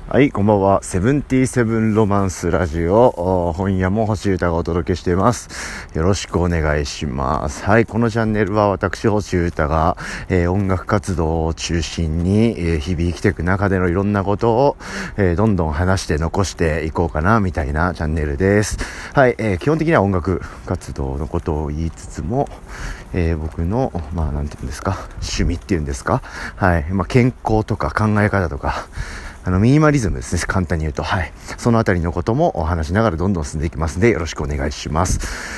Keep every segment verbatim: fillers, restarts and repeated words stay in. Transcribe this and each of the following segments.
はい、こんばんは。セブンティーセブンロマンスラジオ、今夜も星歌がお届けしています。よろしくお願いします。はい、このチャンネルは私星歌が、えー、音楽活動を中心に、えー、日々生きていく中でのいろんなことを、えー、どんどん話して残していこうかなみたいなチャンネルです。はい、えー、基本的には音楽活動のことを言いつつも、えー、僕のまあなんていうんですか、趣味っていうんですか、はい、まあ健康とか考え方とか。あのミニマリズムですね、簡単に言うと。はい。そのあたりのこともお話しながらどんどん進んでいきますので、よろしくお願いします。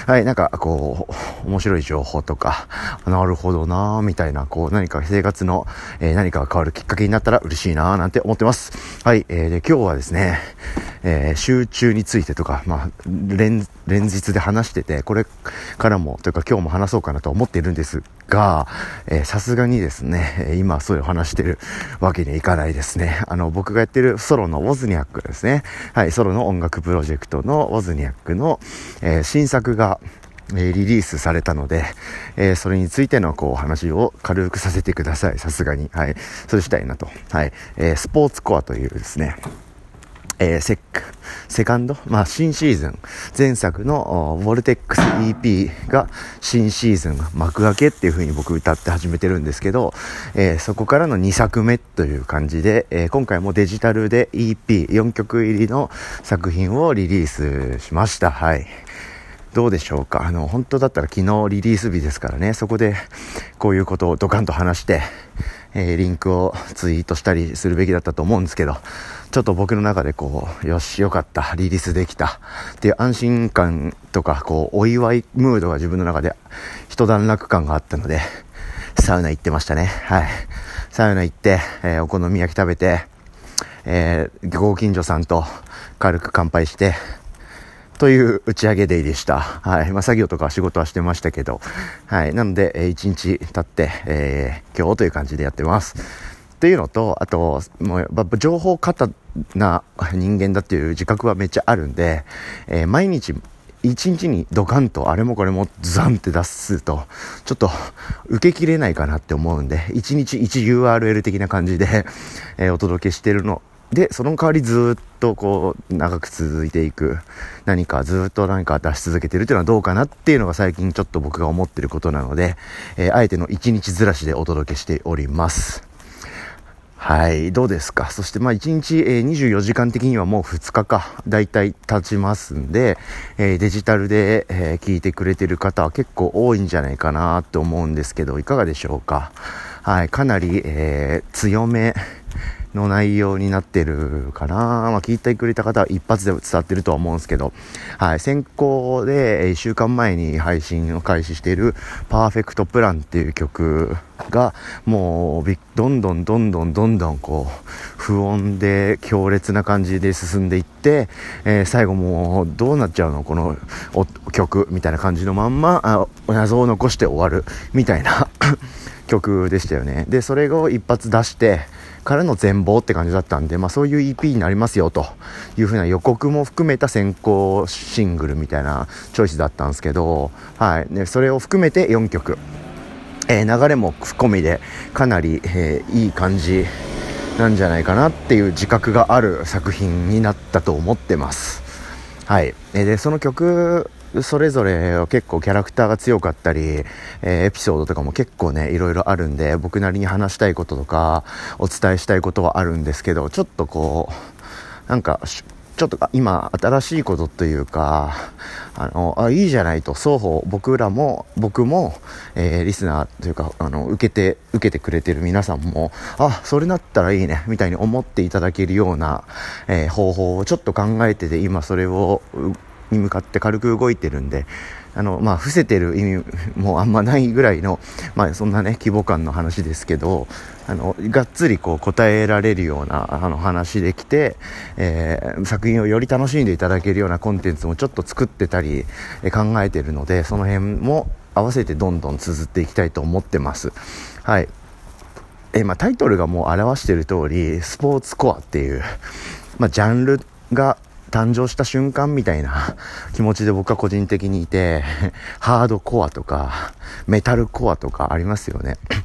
はい。なんか、こう、面白い情報とか、なるほどなぁ、みたいな、こう、何か生活の、えー、何かが変わるきっかけになったら嬉しいなぁ、なんて思ってます。はい。えー、で、今日はですね、えー、集中についてとか、まあ、連、連日で話してて、これからも、というか今日も話そうかなと思っているんですが、えー、さすがにですね、今そういう話してるわけにはいかないですね。あの、僕がやってるソロのウォズニャックですね。はい、ソロの音楽プロジェクトのウォズニャックの、えー、新作が、えー、リリースされたので、えー、それについてのこう話を軽くさせてください。さすがに。はい。それしたいなと。はい。えー、スポーツコアというですね、えー、セック、セカンド、まあ新シーズン、前作のボルテックス イーピー が新シーズン幕開けっていう風に僕歌って始めてるんですけど、えー、そこからのにさくめという感じで、えー、今回もデジタルで イーピーよんきょく入りの作品をリリースしました。はい。どうでしょうか。あの、本当だったら昨日リリース日ですからね、そこでこういうことをドカンと話して、えー、リンクをツイートしたりするべきだったと思うんですけど、ちょっと僕の中でこう、よし、よかった、リリースできたっていう安心感とか、こう、お祝いムードが自分の中で一段落感があったので、サウナ行ってましたね。はい。サウナ行って、えー、お好み焼き食べて、えー、ご近所さんと軽く乾杯して、という打ち上げデイでした。はい。まあ、作業とか仕事はしてましたけど、はい。なので、えー、一日経って、えー、今日という感じでやってます。っていうのと、あと、もう、やっぱ情報過多な人間だっていう自覚はめっちゃあるんで、えー、毎日、一日にドカンとあれもこれもザンって出すと、ちょっと受けきれないかなって思うんで、一日一 ユーアールエル 的な感じで、えー、お届けしてるの。で、その代わりずっとこう長く続いていく何かずっと何か出し続けてるっていうのはどうかなっていうのが最近ちょっと僕が思ってることなので、えー、あえての一日ずらしでお届けしております。はい、どうですか。そしてまあいちにち、えー、にじゅうよじかん的にはもうふつかかだいたい経ちますんで、えー、デジタルで、えー、聞いてくれてる方は結構多いんじゃないかなと思うんですけど、いかがでしょうか。はい、かなり、えー、強めの内容になってるかな。まあ、聞いてくれた方は一発で伝わってるとは思うんですけど、はい、先行でいっしゅうかんまえに配信を開始しているパーフェクトプランっていう曲がもうどんどんどんどんどんどんこう不穏で強烈な感じで進んでいって、えー、最後もうどうなっちゃうのこの曲みたいな感じのまんまあ謎を残して終わるみたいな曲でしたよね。でそれを一発出してからの全貌って感じだったんで、まあそういう イーピー になりますよという風な予告も含めた先行シングルみたいなチョイスだったんですけど、はい。でそれを含めてよんきょく、えー、流れも込みでかなり、えー、いい感じなんじゃないかなっていう自覚がある作品になったと思ってます。はい。でその曲それぞれ結構キャラクターが強かったり、えー、エピソードとかも結構ねいろいろあるんで、僕なりに話したいこととかお伝えしたいことはあるんですけど、ちょっとこうなんかちょっと今新しいことというかあのあいいじゃないと双方僕らも僕も、えー、リスナーというかあの受けて受けてくれてる皆さんもあそれなったらいいねみたいに思っていただけるような、えー、方法をちょっと考えてて今それをに向かって軽く動いてるんで、あのまあ伏せてる意味もあんまないぐらいのまあそんなね規模感の話ですけど、あのがっつりこう答えられるようなあの話できて、えー、作品をより楽しんでいただけるようなコンテンツもちょっと作ってたり、えー、考えてるので、その辺も合わせてどんどん綴っていきたいと思ってます。はい。えーまあ、タイトルがもう表している通りスポーツコアっていう、まあ、ジャンルが誕生した瞬間みたいな気持ちで僕は個人的にいて、ハードコアとかメタルコアとかありますよね。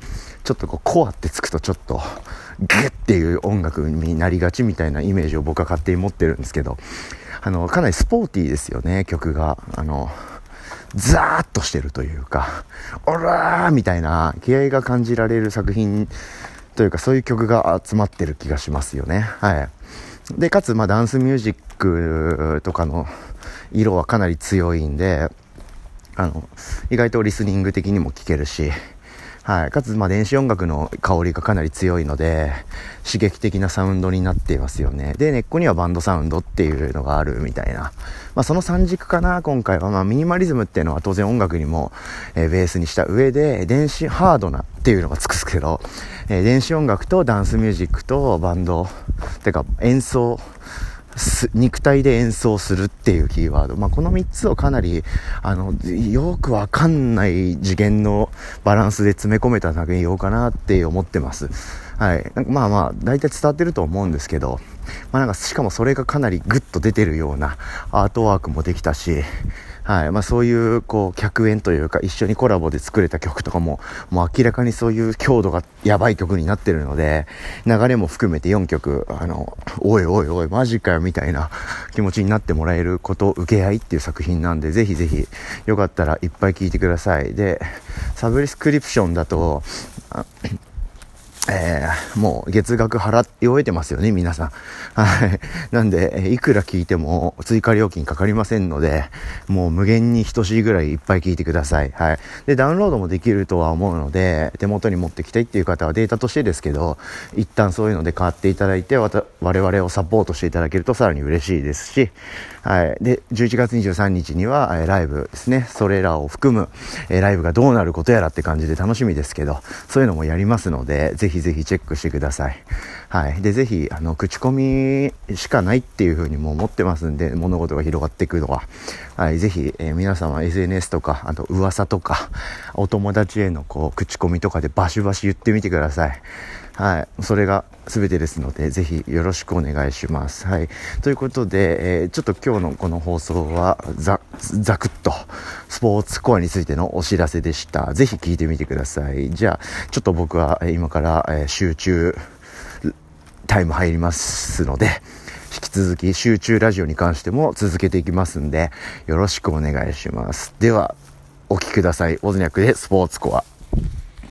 ちょっとこうコアってつくとちょっとグッっていう音楽になりがちみたいなイメージを僕は勝手に持ってるんですけど、あのかなりスポーティーですよね、曲が。あのザーッとしてるというか、オラーみたいな気合が感じられる作品というか、そういう曲が集まってる気がしますよね。はい。でかつまあダンスミュージックとかの色はかなり強いんで、あの意外とリスニング的にも聴けるし、はい、かつまあ電子音楽の香りがかなり強いので刺激的なサウンドになっていますよね。で根っこにはバンドサウンドっていうのがあるみたいな、まあ、その三軸かな今回は。まあミニマリズムっていうのは当然音楽にも、えー、ベースにした上で電子ハードなっていうのがつくすけど、えー、電子音楽とダンスミュージックとバンドってか演奏肉体で演奏するっていうキーワード、まあ、このみっつをかなりあのよくわかんない次元のバランスで詰め込めた作品かなって思ってます。はい、なんかまあまあ大体伝わってると思うんですけど、まあ、なんかしかもそれがかなりグッと出てるようなアートワークもできたし、はいまあ、そういうこう客演というか一緒にコラボで作れた曲とかももう明らかにそういう強度がやばい曲になってるので、流れも含めてよんきょくあのおいおいおいマジかよみたいな気持ちになってもらえること受け合いっていう作品なんで、ぜひぜひよかったらいっぱい聴いてください。でサブスクリプションだとえー、もう月額払って終えてますよね皆さん。はい。なんでいくら聞いても追加料金かかりませんので、もう無限に等しいぐらいいっぱい聞いてください。はい。でダウンロードもできるとは思うので、手元に持ってきたいっていう方はデータとしてですけど、一旦そういうので買っていただいて、わた我々をサポートしていただけるとさらに嬉しいですし、はい。でじゅういちがつにじゅうさんにちには、えー、ライブですね。それらを含む、えー、ライブがどうなることやらって感じで楽しみですけど、そういうのもやりますので、ぜひぜひチェックしてください。はい。でぜひあの口コミしかないっていう風にも思ってますんで、物事が広がっていくのは、はい。ぜひ、えー、皆様 エスエヌエス とかあと噂とかお友達へのこう口コミとかでバシバシ言ってみてください。はい、それが全てですので、ぜひよろしくお願いします。はい、ということで、えー、ちょっと今日のこの放送はざざくっとスポーツコアについてのお知らせでした。ぜひ聞いてみてください。じゃあちょっと僕は今から、えー、集中タイム入りますので、引き続き集中ラジオに関しても続けていきますんで、よろしくお願いします。ではお聞きください。オズニャックでスポーツコア。